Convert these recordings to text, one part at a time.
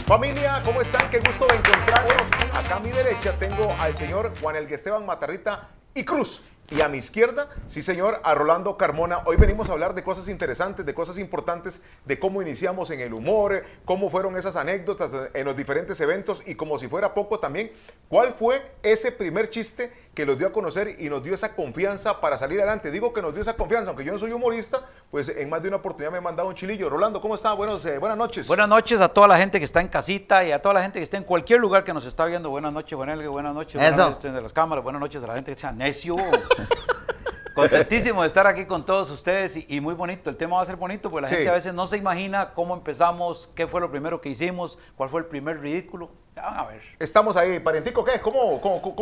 Familia, ¿cómo están? Qué gusto de encontrarnos. Acá a mi derecha tengo al señor Juan Elgue Esteban Matarrita y Cruz. Y a mi izquierda, sí señor, a Rolando Carmona. Hoy venimos a hablar de cosas interesantes, de cosas importantes, de cómo iniciamos en el humor, cómo fueron esas anécdotas en los diferentes eventos y como si fuera poco también, cuál fue ese primer chiste que los dio a conocer y nos dio esa confianza para salir adelante. Digo que nos dio esa confianza, aunque yo no soy humorista, pues en más de una oportunidad me he mandado un chilillo. Rolando, ¿cómo está? Buenas noches. Buenas noches a toda la gente que está en casita y a toda la gente que está en cualquier lugar que nos está viendo. Buenas noches, Juan Elgue, buenas noches de las cámaras, buenas noches a la gente que sea necio. Contentísimo de estar aquí con todos ustedes y muy bonito. El tema va a ser bonito porque la gente a veces no se imagina cómo empezamos, qué fue lo primero que hicimos, cuál fue el primer ridículo. Ya van a ver. Estamos ahí, Parentico, ¿qué? ¿Cómo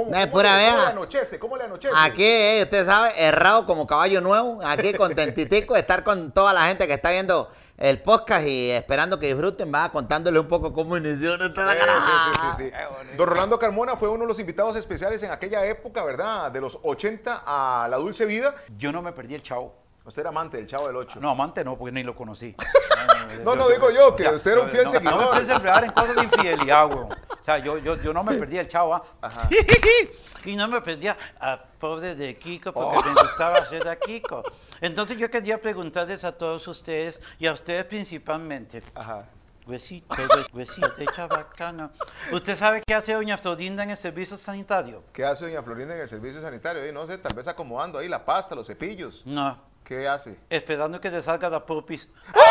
le anochece? Aquí, usted sabe, errado como caballo nuevo, aquí contentitico de estar con toda la gente que está viendo el podcast y esperando que disfruten, va contándole un poco cómo inició nuestra Sí. Don Rolando Carmona fue uno de los invitados especiales en aquella época, ¿verdad? De los 80 a La Dulce Vida. Yo no me perdí el Chavo. Usted era amante del Chavo del Ocho. No, amante no, porque ni lo conocí. No, digo yo, que usted era un fiel seguidor. No me pienso enredar en cosas de infidelidad, güey. O sea, yo no me perdí el Chavo, ¿ah? Y no me perdía a pobre de Kiko, porque me gustaba hacer a Kiko. Entonces yo quería preguntarles a todos ustedes, y a ustedes principalmente. Huesito de chabacana. ¿Usted sabe qué hace doña Florinda en el servicio sanitario? ¿Qué hace doña Florinda en el servicio sanitario? No sé, tal vez acomodando ahí la pasta, los cepillos. No. ¿Qué hace? Esperando que le salga la popis.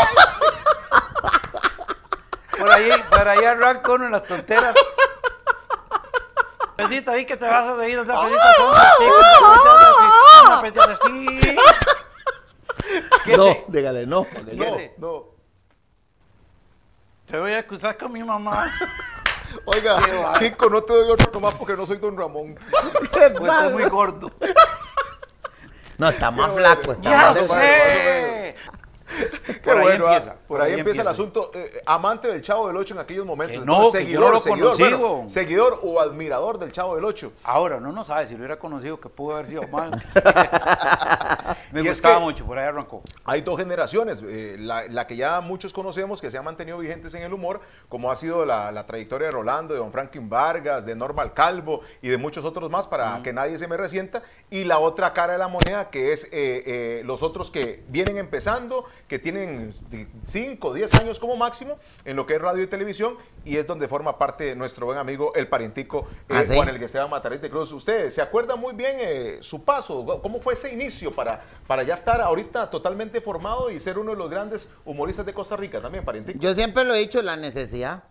Por ahí arranco uno en las tonteras. Pedita, ahí que te vas a reír, una pedita así. No, dígale, no. No. Te voy a excusar con mi mamá. Oiga, Kiko, no te doy otro nomás porque no soy don Ramón. Pues estoy muy gordo. No, está más flaco. ¡Ya sé! Qué bueno, por ahí empieza el asunto. Amante del Chavo del Ocho en aquellos momentos. Que no, que yo no lo conocí. Bueno, seguidor o admirador del Chavo del Ocho. Ahora, no sabe si lo hubiera conocido, que pudo haber sido mal. Me gustaba mucho, por ahí arrancó. Hay dos generaciones, la que ya muchos conocemos, que se han mantenido vigentes en el humor, como ha sido la trayectoria de Rolando, de don Franklin Vargas, de Normal Calvo y de muchos otros más, para que nadie se me resienta. Y la otra cara de la moneda, que es los otros que vienen empezando, que tienen 5 o 10 años como máximo en lo que es radio y televisión, y es donde forma parte nuestro buen amigo el Parentico Juan Elgue Esteban Matarrita Cruz. ¿Usted se acuerda muy bien su paso? ¿Cómo fue ese inicio para ya estar ahorita totalmente formado y ser uno de los grandes humoristas de Costa Rica también, Parentico? Yo siempre lo he dicho, la necesidad.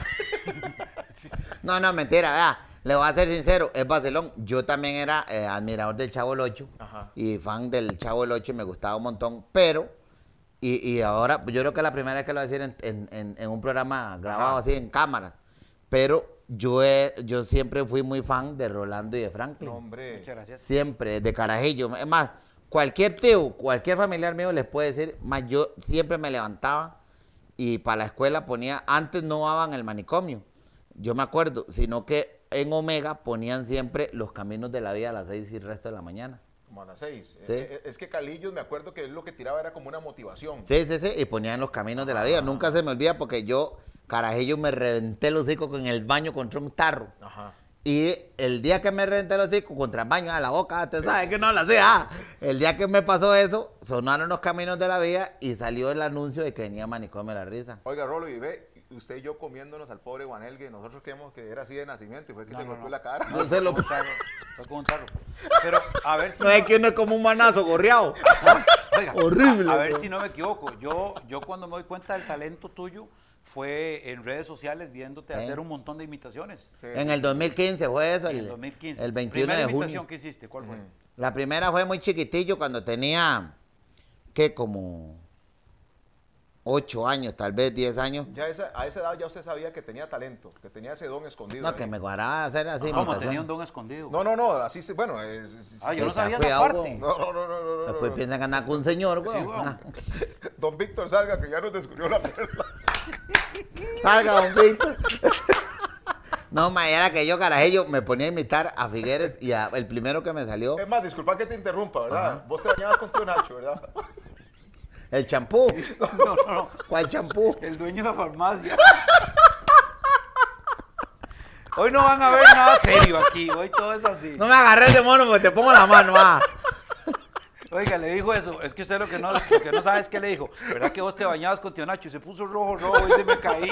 No, mentira, vea. Le voy a ser sincero, es vacilón. Yo también era admirador del Chavo del Ocho y fan del Chavo del Ocho, me gustaba un montón, pero... Y ahora, yo creo que es la primera vez que lo voy a decir en un programa grabado así en cámaras. Pero yo siempre fui muy fan de Rolando y de Franklin. No, hombre. Muchas gracias. Siempre, de carajillo. Es más, cualquier tío, cualquier familiar mío les puede decir, más yo siempre me levantaba y para la escuela ponía, antes no daban el manicomio, yo me acuerdo, sino que en Omega ponían siempre Los Caminos de la Vida a las 6 y el resto de la mañana. Como a las 6. Sí. Es que Calillos, me acuerdo que él lo que tiraba era como una motivación. Sí, y ponían Los Caminos de la Vida. Nunca se me olvida porque yo, carajillo, me reventé los hocicos en el baño contra un tarro. Y el día que me reventé los hocicos contra el baño, a la boca, usted sabe que no lo hacía. El día que me pasó eso, sonaron Los Caminos de la Vida y salió el anuncio de que venía Manicomio la Risa. Oiga, Rolo, y ve, usted y yo comiéndonos al pobre Juan Elgue, nosotros creemos que era así de nacimiento y fue que se golpeó la cara. No se lo... Fue como un tarro. Pero a ver si... No es que uno es como un manazo gorreado. Oiga, horrible. A ver si no me equivoco. Yo cuando me doy cuenta del talento tuyo fue en redes sociales viéndote hacer un montón de imitaciones. Sí. En el 2015 fue eso. En el 2015. El 21 de junio. ¿Primera imitación que hiciste? ¿Cuál fue? La primera fue muy chiquitillo cuando tenía, ¿qué? Como 8 años, tal vez 10 años. Ya a esa edad ya usted sabía que tenía talento, que tenía ese don escondido. No, que me guardaba hacer así. ¿Cómo tenía un don escondido? No, así se, bueno. Yo no sabía esa parte. No. Después piensan que andaba con un señor, güey. Sí, Don Víctor Salga, que ya nos descubrió la perla. Salga, don Víctor. No, ma, era que yo, carajillo, me ponía a imitar a Figueres y el primero que me salió. Es más, disculpa que te interrumpa, ¿verdad? Vos te bañabas con tío Nacho, ¿verdad? ¿El champú? No. ¿Cuál champú? El dueño de la farmacia. Hoy no van a ver nada serio aquí, hoy todo es así. No me agarres de mono porque te pongo la mano, ah. Oiga, le dijo eso, es que usted lo que no sabe es que le dijo, ¿verdad que vos te bañabas con tío Nacho y se puso rojo y se me caí?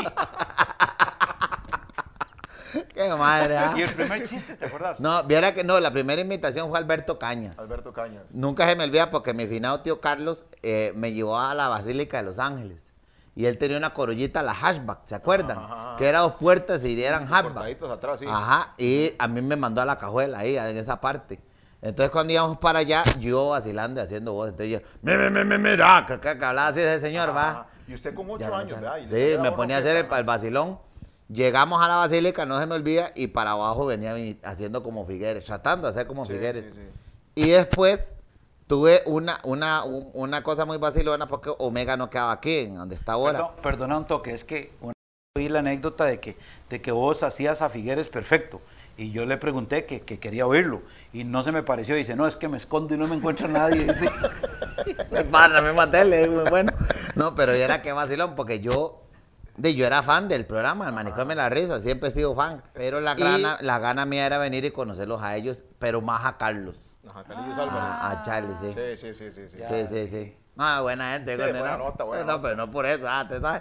Qué madre, ¿ah? Y el primer chiste, ¿te acuerdas? No, viera que no, la primera invitación fue Alberto Cañas. Alberto Cañas. Nunca se me olvida porque mi finado tío Carlos me llevó a la Basílica de Los Ángeles. Y él tenía una corollita, la hatchback, ¿se acuerdan? Ajá. Que era 2 puertas y eran hatchback. Cortaditos atrás, sí. Ajá, y a mí me mandó a la cajuela ahí, en esa parte. Entonces cuando íbamos para allá, yo vacilando y haciendo voz. Entonces yo, mira, que hablaba así ese señor, Ajá. va. Y usted con 8 Ya no años, sale. ¿verdad? Y le Sí, salía me uno ponía a que- hacer el vacilón. Llegamos a la basílica, no se me olvida, y para abajo venía haciendo como Figueres, tratando de hacer como Sí, Figueres. sí, sí. Y después tuve una cosa muy vacilona porque Omega no quedaba aquí, en donde está ahora. Perdona un toque, es que oí la anécdota de que vos hacías a Figueres perfecto. Y yo le pregunté que quería oírlo. Y no se me pareció. Dice, no, es que me escondo y no me encuentra nadie. Dice. Para me maté, le digo, bueno. No, pero era que vacilón, porque yo era fan del programa, el Manicomio de la Risa, siempre he sido fan. Pero la gana mía era venir y conocerlos a ellos, pero más a Carlos, Ajá, Carlitos Álvarez. a Charlie, sí. Sí. Sí. No, buena gente. Sí, condenado. buena nota, buena No, nota. pero no por eso, te sabes.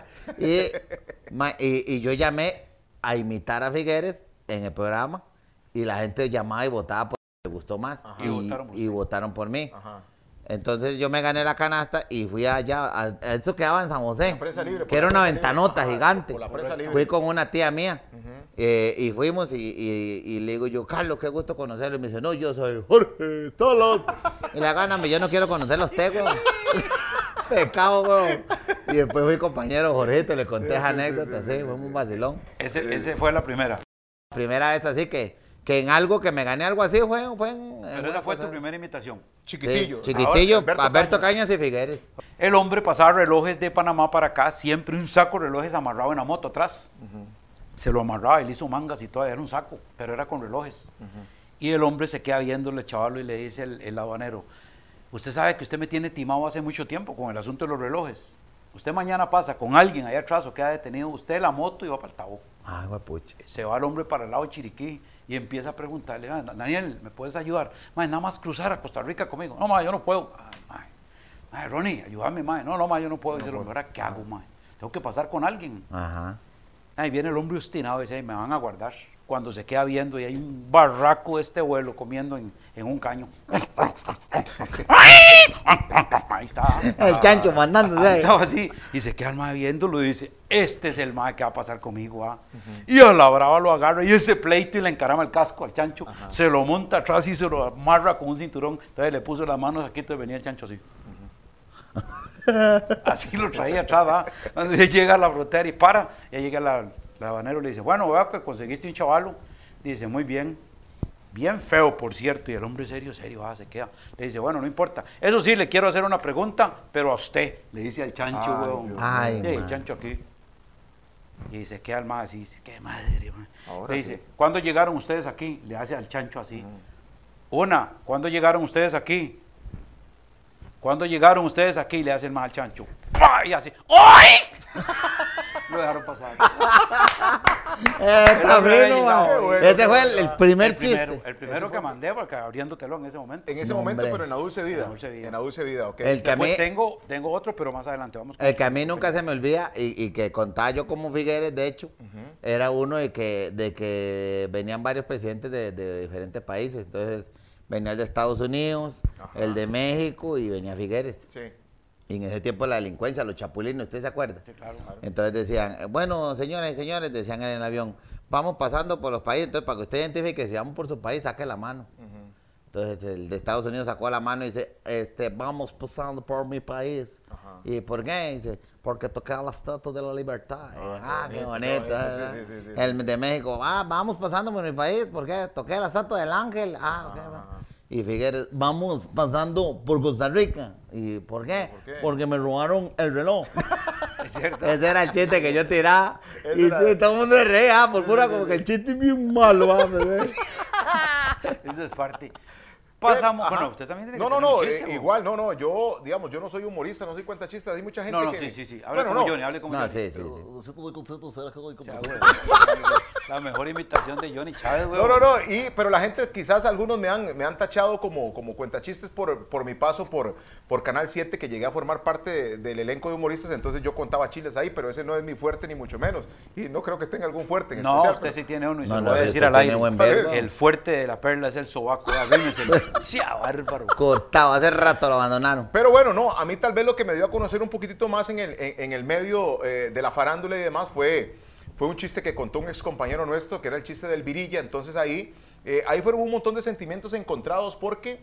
Y yo llamé a imitar a Figueres en el programa y la gente llamaba y votaba porque le gustó más. Ajá. Y votaron por mí. Ajá. Entonces yo me gané la canasta y fui allá, eso quedaba en San José, La Prensa Libre, que por era la una Prensa Libre. ventanota Ajá, gigante. por la Prensa Libre. Fui con una tía mía Ujú. y fuimos y le digo yo, Carlos, qué gusto conocerlo. Y me dice, no, yo soy Jorge Salas. Y la gana, yo no quiero conocerlo a usted, güey. Pecado, güey. Y después fui compañero Jorgito, le conté esa anécdota, sí, fue un vacilón. Ese fue la primera. Primera vez así que en algo que me gané algo así fue en Pero esa fue tu primera imitación. Chiquitillo. Sí, chiquitillo, Ahora, Alberto Cañas y Figueres. El hombre pasaba relojes de Panamá para acá, siempre un saco de relojes amarrado en la moto atrás. Se lo amarraba, él hizo mangas y todo, era un saco, pero era con relojes. Y el hombre se queda viéndole al chaval y le dice el aduanero, usted sabe que usted me tiene timado hace mucho tiempo con el asunto de los relojes. Usted mañana pasa con alguien allá atrás o queda detenido, usted la moto y va para el Tabo. Ay, guapuche. Se va el hombre para el lado de Chiriquí y empieza a preguntarle, Daniel, ¿me puedes ayudar? Mae, nada más cruzar a Costa Rica conmigo. No, mae, yo no puedo. Mae, Ronnie, ayúdame, mae. No, mae, yo no puedo. Dice, ¿ahora qué hago, mae? Tengo que pasar con alguien. Ajá. Ahí viene el hombre obstinado y dice, "Ay, me van a guardar". Cuando se queda viendo y hay un barraco de este vuelo comiendo en un caño. Ahí está. El chancho mandándose ahí. Estaba así, y se queda el mae viéndolo y dice, este es el mae que va a pasar conmigo, ¿ah? Y a la brava lo agarra y ese pleito y le encarama el casco al chancho, se lo monta atrás y se lo amarra con un cinturón, entonces le puso las manos aquí, entonces venía el chancho así. Así lo traía atrás, ¿va? Cuando llega a la frontera y para, ya llega el habanero y le dice, bueno, vea que conseguiste un chavalo. Dice, muy bien. Bien feo, por cierto, y el hombre serio, se queda. Le dice, bueno, no importa. Eso sí, le quiero hacer una pregunta, pero a usted, le dice al chancho, Ay, weón. Dios Ay, Sí, el man. chancho aquí. Y se queda el más así, dice, qué madre, man. Ahora Le dice, sí. ¿cuándo llegaron ustedes aquí? Le hace al chancho así. Una, ¿cuándo llegaron ustedes aquí? ¿Cuándo llegaron ustedes aquí? Le hace el más al chancho. ¡Pah! Y así, ¡ay! Lo dejaron pasar. Está hombre había bueno, llegado. man. Qué bueno, Ese fue qué el primer El primero, chiste. el primero que mandé, porque abriendo telón en ese momento. En ese No, momento, hombre. pero en la dulce vida. En la dulce vida. En la dulce vida, ok. El que a mí, Después tengo otro, pero más adelante vamos con el que a mí nunca se me olvida y que contaba yo como Figueres, de hecho, era uno de que venían varios presidentes de diferentes países. Entonces, venía el de Estados Unidos, Ajá. el de México y venía Figueres. Sí. Y en ese tiempo la delincuencia, los chapulines, ¿usted se acuerda? Sí, claro. Entonces decían, bueno, señoras y señores, decían en el avión, vamos pasando por los países, entonces para que usted identifique, si vamos por su país, saque la mano. Entonces el de Estados Unidos sacó la mano y dice, vamos pasando por mi país. Ajá. ¿Y por qué? Dice, porque toqué la estatua de la libertad. qué Qué bonito, bonito. qué bonito. Sí. El de México, vamos pasando por mi país, ¿por qué? Toqué la estatua del ángel. Ok, va. Y Figueres, vamos pasando por Costa Rica. ¿Y por qué? ¿Por qué? Porque me robaron el reloj. Es cierto. Ese era el chiste que yo tiraba. Ese Y era- todo el mundo se reía, por pura como que el chiste es bien malo, va, bebé. Eso es parte. Pasamos, Ajá. bueno, usted también tiene que No, tener un chiste, igual, no, yo, digamos, yo no soy humorista, no soy cuentachista, hay mucha gente No, no, que... sí. Hable como Johnny, hable como No, Johnny. sí, sí. Me siento muy contento de estar acá hoy con O sea, ustedes. güey, la mejor imitación de Johnny Chávez, güey. No, pero la gente, quizás algunos me han tachado como cuentachistes por mi paso por Canal 7, que llegué a formar parte del elenco de humoristas, entonces yo contaba chiles ahí, pero ese no es mi fuerte ni mucho menos, y no creo que tenga algún fuerte en No, especial. usted sí tiene uno y se No, lo no, voy a usted decir al tiene aire. buen verbo. El fuerte de la perla es el sobaco, arrímeselo. ¡Sia, bárbaro! Cortado, hace rato lo abandonaron. Pero bueno, no, a mí tal vez lo que me dio a conocer un poquitito más en el medio de la farándula y demás fue un chiste que contó un ex compañero nuestro, que era el chiste del Virilla. Entonces ahí fueron un montón de sentimientos encontrados porque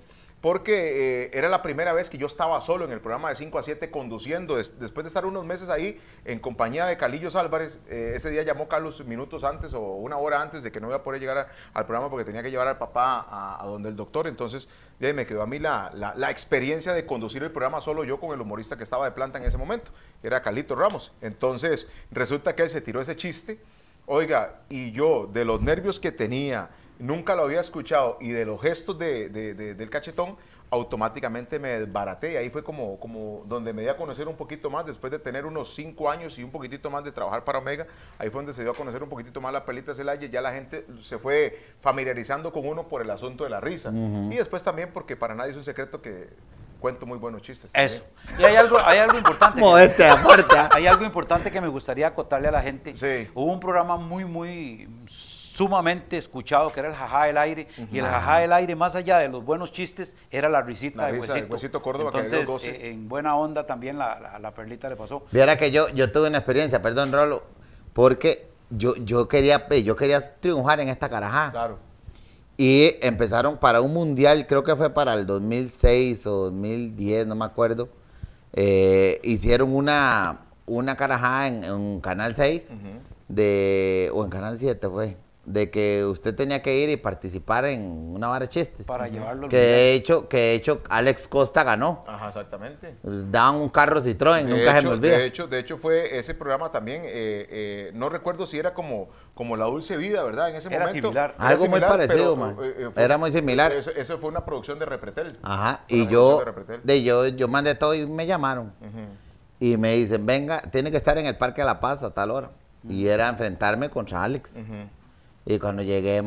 era la primera vez que yo estaba solo en el programa de 5 a 7 conduciendo, después de estar unos meses ahí en compañía de Calillos Álvarez. Ese día llamó Carlos minutos antes o una hora antes de que no iba a poder llegar al programa porque tenía que llevar al papá a donde el doctor. Entonces me quedó a mí la experiencia de conducir el programa solo yo con el humorista que estaba de planta en ese momento, era Carlito Ramos. Entonces resulta que él se tiró ese chiste, oiga, y yo de los nervios que tenía, nunca lo había escuchado, y de los gestos del cachetón, automáticamente me desbaraté. Y ahí fue como donde me di a conocer un poquito más, después de tener unos 5 años y un poquitito más de trabajar para Omega. Ahí fue donde se dio a conocer un poquito más la Perlita Celaya. Ya la gente se fue familiarizando con uno por el asunto de la risa. Y después también porque para nadie es un secreto que cuento muy buenos chistes también. Eso. Y hay algo importante. Modestia aparte. Hay algo importante que me gustaría acotarle a la gente. Sí. Hubo un programa muy sumamente escuchado que era el Jajá del Aire, y el Jajá del Aire, más allá de los buenos chistes, era la risita La de risa Huesito. de Huesito Córdoba, que entonces, dio 12. en buena onda también la Perlita le pasó. Viera que yo tuve una experiencia, perdón, Rolo, porque yo quería triunfar en esta carajada. Claro. Y empezaron para un mundial, creo que fue para el 2006 o 2010, no me acuerdo. Hicieron una carajada en Canal 6 o en Canal 7 fue, de que usted tenía que ir y participar en una vara de chistes. Para llevarlo al Que de hecho Alex Costa ganó. Ajá, exactamente. Daban un carro Citroën, nunca se me olvida. De hecho fue ese programa también, no recuerdo si era como La Dulce Vida, ¿verdad? En ese Era momento. similar. Era Algo muy similar, parecido, pero, man. fue- Era muy similar. Eso fue una producción de Repretel. Ajá, Una y producción de Repretel. yo mandé todo y me llamaron. Ujú. Y me dicen, venga, tiene que estar en el Parque de la Paz a tal hora. Y era enfrentarme contra Alex. Ujú. Y cuando llegué,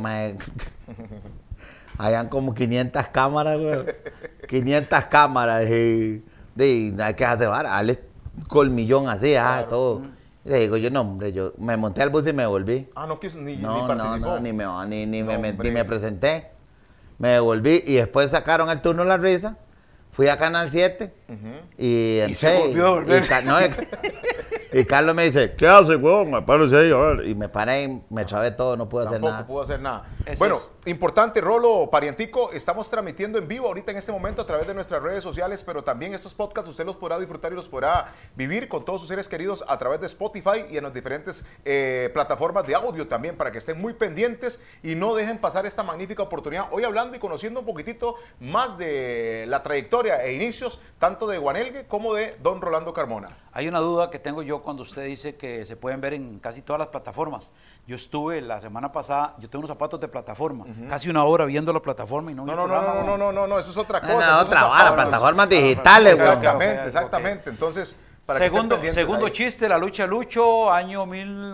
hayan como 500 cámaras, güey. 500 cámaras. Y hay que hacer vara. Alex colmillón así, todo. Y le digo yo, no, hombre, yo me monté al bus y me volví. Ah, no quiso ni No, participó. ni No, me presenté. Me devolví y después sacaron el turno La Risa. Fui a Canal 7 Ujú. y Y se entré, volvió a volver. y Carlos me dice, ¿qué hace, huevón? Me paro ahí, a ver. Y me paré y me trabé todo, no pude hacer Tampoco nada. pudo hacer nada. Eso Bueno, es. importante, Rolo, parientico, estamos transmitiendo en vivo ahorita en este momento a través de nuestras redes sociales, pero también estos podcasts usted los podrá disfrutar y los podrá vivir con todos sus seres queridos a través de Spotify y en las diferentes plataformas de audio también, para que estén muy pendientes y no dejen pasar esta magnífica oportunidad. Hoy hablando y conociendo un poquitito más de la trayectoria e inicios tanto de Guanelgue como de don Rolando Carmona. Hay una duda que tengo yo cuando usted dice que se pueden ver en casi todas las plataformas. Yo estuve la semana pasada, yo tengo unos zapatos de plataforma, casi una hora viendo la plataforma y no vi el programa. No, eso es otra No, cosa. no, eso otra es vara, otra- plataformas digitales, güey. Exactamente, Ok. exactamente. Entonces, para que estén Segundo pendientes ahí. chiste, La Lucha Lucho, año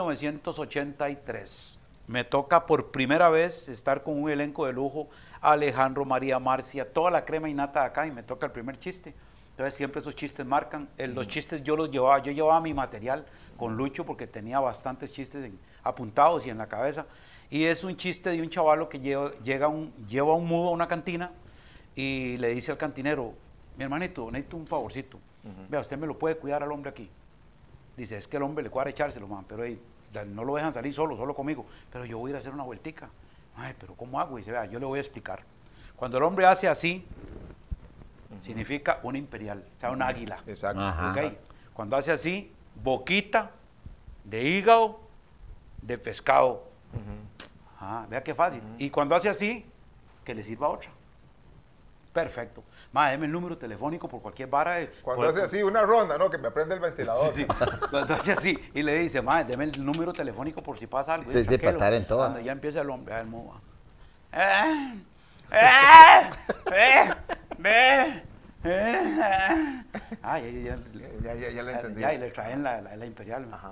1983. Me toca por primera vez estar con un elenco de lujo, Alejandro, María Marcia, toda la crema innata de acá, y me toca el primer chiste. Entonces siempre esos chistes marcan. Los chistes yo llevaba mi material con Lucho porque tenía bastantes chistes apuntados y en la cabeza. Y es un chiste de un chavalo que lleva un mudo a una cantina y le dice al cantinero, mi hermanito, necesito un favorcito. Vea, usted me lo puede cuidar al hombre aquí. Dice, es que el hombre le cuadra echárselo, man, pero hey, no lo dejan salir solo conmigo. Pero yo voy a ir a hacer una vueltica. Ay, pero ¿cómo hago? Y dice, vea, yo le voy a explicar. Cuando el hombre hace así, significa una imperial, o sea, un águila. Exacto. Ajá. ¿Ok? Cuando hace así, boquita de hígado de pescado. Ah, vea qué fácil. Y cuando hace así, que le sirva otra. Perfecto. Madre, deme el número telefónico por cualquier vara. Cuando hace así, una ronda, ¿no? Que me prende el ventilador. Sí, cuando hace así y le dice, madre, deme el número telefónico por si pasa algo. Sí, Y sí, para estar en todas. Cuando ya empieza el hombre, a ver, Ay, Ya la entendí. Ya, y le traen la imperial. Ajá.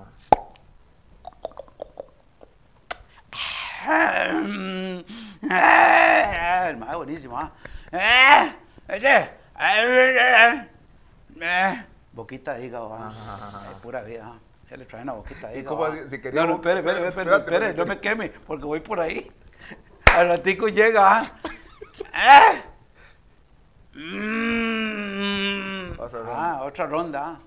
El mae buenísimo, boquita de hígado, pura vida. Ya le traen la boquita de ¿Y hígado. cómo así? Si quería No, espere, no me queme, porque voy por ahí. Al ratico llega. Otra ronda.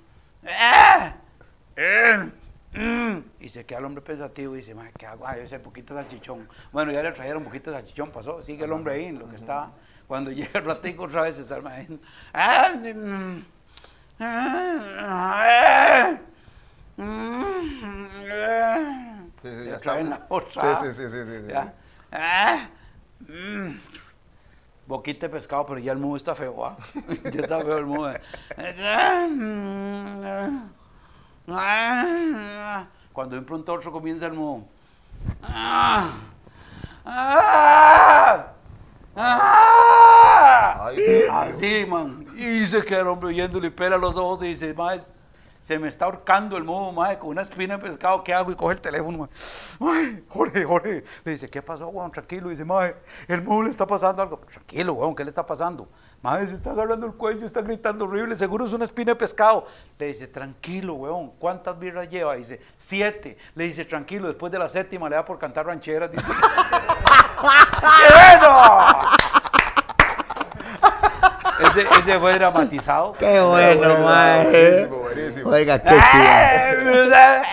Y se queda el hombre pensativo y dice, ¿qué hago? Ese poquito de salchichón. Bueno, ya le trajeron un poquito de salchichón, pasó, sigue el hombre ahí en lo que está. Cuando llega el ratico otra vez está el maestro. Sí, Le ya traen está. la otra. Sí. Ya. Boquita de pescado, pero ya el mudo está feo, ¿ah? Ya está feo el mudo. Cuando de un pronto otro comienza el mudo. Ay, Así, man. Y se queda el hombre oyéndole y pela los ojos y dice, mae, se me está ahorcando el mudo, mae, con una espina de pescado, ¿qué hago? Y coge el teléfono, mae. Jorge. Le dice, ¿qué pasó, weón? Tranquilo. Dice, mae, el mudo le está pasando algo. Tranquilo, weón, ¿qué le está pasando? Mae, se está agarrando el cuello, está gritando horrible, seguro es una espina de pescado. Le dice, tranquilo, weón, ¿cuántas birras lleva? Dice, 7. Le dice, tranquilo, después de la 7ª le da por cantar rancheras. Dice, ¡qué bueno! Ese fue dramatizado. Qué bueno, mae. Buenísimo. Oiga, qué chido.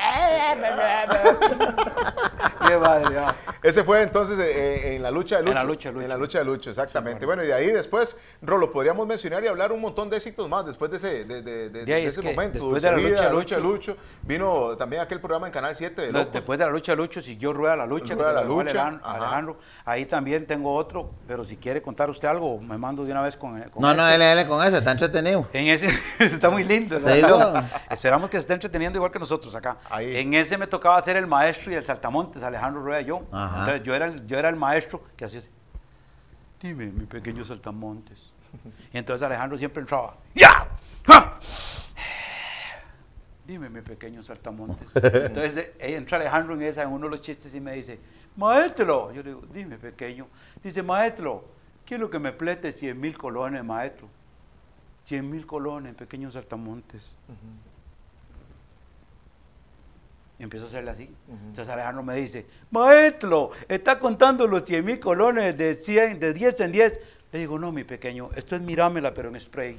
Qué madre, Ese fue entonces en la lucha de Lucho. En la lucha de Lucho. En la lucha de Lucho, exactamente. Bueno, y de ahí después, Rolo, podríamos mencionar y hablar un montón de éxitos más después de ese momento. Después de la lucha de Lucho. Vino también aquel programa en Canal 7 de Locos. Después de la lucha de Lucho, siguió Rueda la Lucha. Rueda la que se lo Lucha, grabó Alejandro. Ahí también tengo otro, pero si quiere contar usted algo, me mando de una vez con No, él con ese, está entretenido. En ese está muy lindo. Sí, digo. Esperamos que se esté entreteniendo igual que nosotros acá. Ahí. En ese me tocaba ser el maestro y el saltamontes, Alejandro Rueda y yo. Ajá. Entonces yo era el maestro que hacía así. Dime, mi pequeño saltamontes. Y entonces Alejandro siempre entraba. ¡Ya! ¡Ja! Dime, mi pequeño saltamontes. Entonces entra Alejandro en uno de los chistes y me dice, maestro. Yo le digo, dime, pequeño. Dice, maestro, quiero que me plete 100,000 colones, maestro. 100,000 colones, pequeños saltamontes. Y empiezo a hacerle así. Entonces Alejandro me dice, maestro, está contando los 100,000 colones de 10 en 10. Le digo, no, mi pequeño, esto es mirámela, pero en spray.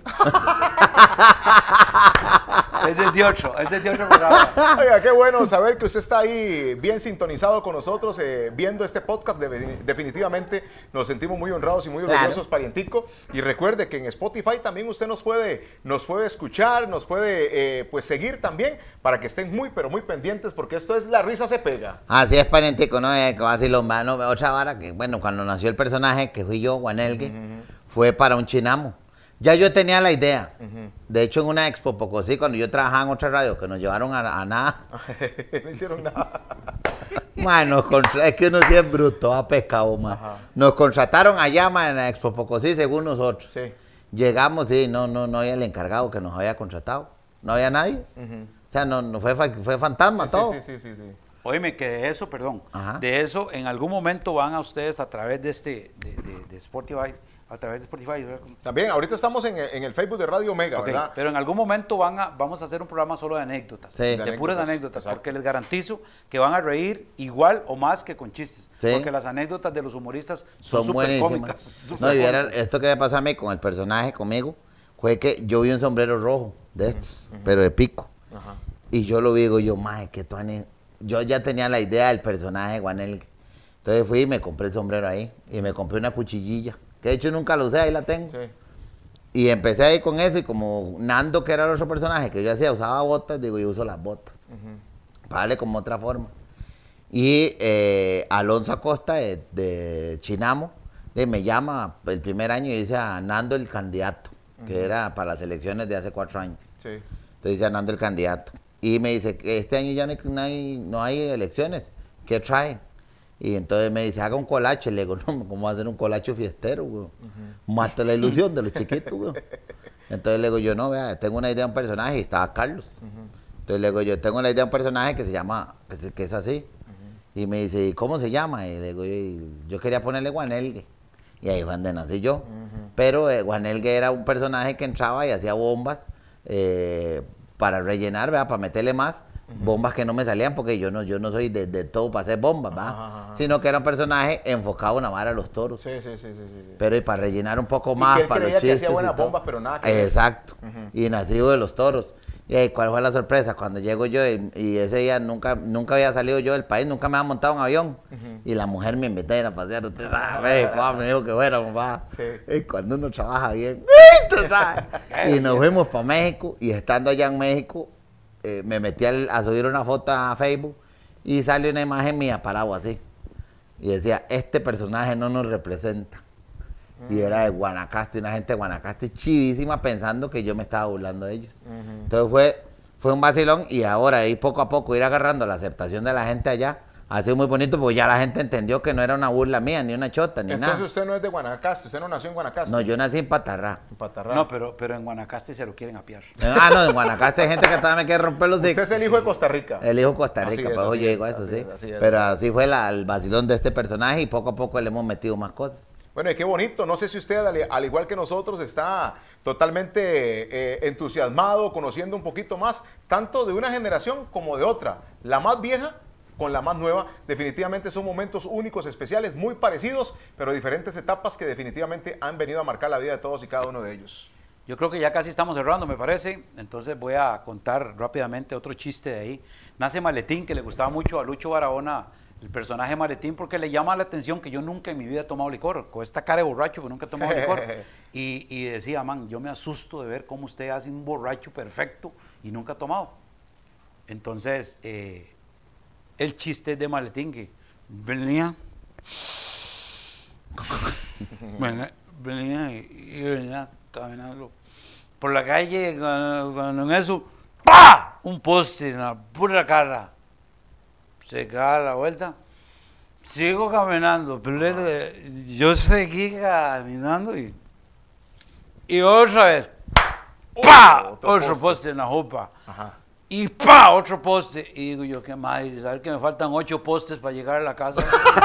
Ese es de otro programa. Oiga, qué bueno saber que usted está ahí bien sintonizado con nosotros, viendo este podcast. Definitivamente nos sentimos muy honrados y muy orgullosos, parientico. Y recuerde que en Spotify también usted nos puede escuchar, nos puede pues seguir también, para que estén muy, pero muy pendientes, porque esto es La Risa se Pega. Así es, parientico, ¿no? Así lo mano, otra vara que, bueno, cuando nació el personaje, que fui yo, Guanelgue, fue para un chinamo. Ya yo tenía la idea. De hecho, en una expo Pocosí, cuando yo trabajaba en otra radio, que nos llevaron a nada. No hicieron nada. Bueno, es que uno sí es bruto, a pescado, man. Nos contrataron allá, man, en la expo Pocosí, según nosotros. Sí. Llegamos y no había el encargado que nos había contratado. No había nadie. O sea, no fue fantasma todo. Sí. Óyeme, que de eso, perdón, Ajá. de eso en algún momento van a ustedes a través de de Spotify, También, ahorita estamos en el Facebook de Radio Omega, Ok, ¿verdad? pero en algún momento vamos a hacer un programa solo de anécdotas, Sí. de De puras anécdotas, anécdotas, exacto. porque les garantizo que van a reír igual o más que con chistes, Sí. porque las anécdotas de los humoristas son Son súper buenísimas. cómicas. No, y era esto que me pasó a mí con el personaje conmigo, fue que yo vi un sombrero rojo de estos, pero de pico. Ajá. Y yo lo vi y digo yo, maje, que tuane. Yo ya tenía la idea del personaje Guanelgue. Entonces fui y me compré el sombrero ahí. Y me compré una cuchillilla. Que de hecho nunca la usé, ahí la tengo. Sí. Y empecé ahí con eso. Y como Nando, que era el otro personaje que yo hacía, usaba botas, digo, yo uso las botas. Para darle como otra forma. Y Alonso Acosta de Chinamo me llama el primer año y dice a Nando el candidato, que era para las elecciones de hace 4 años. Sí. Entonces dice a Nando el candidato. Y me dice que este año ya no hay elecciones. ¿Qué trae? Y entonces me dice, haga un colache. Le digo, no, ¿cómo va a hacer un colache fiestero, güey? Mata la ilusión de los chiquitos, güey. Entonces le digo yo, no, vea, tengo una idea de un personaje y estaba Carlos. Entonces le digo yo, tengo una idea de un personaje que se llama, que es así. Y me dice, ¿y cómo se llama? Y le digo, yo quería ponerle Guanelgue. Y ahí fue donde nací yo. Pero Guanelgue era un personaje que entraba y hacía bombas para rellenar, ¿verdad? Para meterle más. Bombas que no me salían porque yo no soy de todo para hacer bombas, ¿verdad? Sino que era un personaje enfocado en amar a los toros. Sí. Pero y para rellenar un poco Y más, que él para creía los que chistes hacía buenas y todo. bombas, pero nada que ver. Exacto. Y nacido de los toros. Y ahí, ¿cuál fue la sorpresa? Cuando llego yo y ese día nunca había salido yo del país, nunca me había montado un avión. Y la mujer me invitó a ir a pasear. Usted sabe, papá, me dijo que bueno, papá. Sí. Y cuando uno trabaja bien, usted sabe. Y nos fuimos para México y estando allá en México, me metí a subir una foto a Facebook y salió una imagen mía parado así. Y decía, este personaje no nos representa. Y era de Guanacaste, una gente de Guanacaste chivísima pensando que yo me estaba burlando de ellos. Entonces fue un vacilón y ahora ahí poco a poco ir agarrando la aceptación de la gente allá ha sido muy bonito porque ya la gente entendió que no era una burla mía, ni una chota, ni Entonces nada. usted no es de Guanacaste, usted no nació en Guanacaste. No, yo nací en Patarrá. En Patarrá. No, pero en Guanacaste se lo quieren apiar. No, en Guanacaste hay gente que todavía me quiere romper los Usted es el hijo de Costa Rica. El hijo de Costa Así Rica, es, pues así yo es, digo eso, así sí. es, así es, Pero así es. así fue el vacilón de este personaje y poco a poco le hemos metido más cosas. Bueno, y qué bonito. No sé si usted, al igual que nosotros, está totalmente entusiasmado, conociendo un poquito más, tanto de una generación como de otra. La más vieja con la más nueva. Definitivamente son momentos únicos, especiales, muy parecidos, pero diferentes etapas que definitivamente han venido a marcar la vida de todos y cada uno de ellos. Yo creo que ya casi estamos cerrando, me parece. Entonces voy a contar rápidamente otro chiste de ahí. Nace Maletín, que le gustaba mucho a Lucho Barahona, el personaje Maletín, porque le llama la atención que yo nunca en mi vida he tomado licor. Con esta cara de borracho, pero nunca he tomado licor. Y decía, man, yo me asusto de ver cómo usted hace un borracho perfecto y nunca ha tomado. Entonces, el chiste de Maletín, que venía venía caminando por la calle cuando en eso, ¡pah! Un poste en la pura cara. Se da la vuelta. Sigo caminando, pero yo seguí caminando y otra vez, ¡pah! Otro poste en la jupa. Ajá. Y ¡pa! Otro poste. Y digo yo, qué madre, ¿sabes que me faltan 8 postes para llegar a la casa?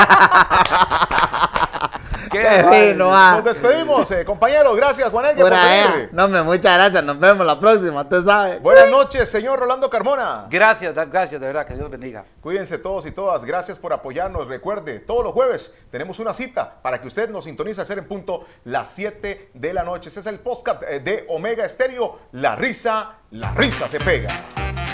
¡Qué fino, Nos despedimos, compañeros. Gracias, Juanelgue, por venir. No, hombre, muchas gracias. Nos vemos la próxima, usted sabe. Buenas noches, señor Rolando Carmona. Gracias, de verdad, que Dios los bendiga. Cuídense todos y todas. Gracias por apoyarnos. Recuerde, todos los jueves tenemos una cita para que usted nos sintonice a hacer en punto las 7 de la noche. Este es el podcast de Omega Estéreo. La risa se pega.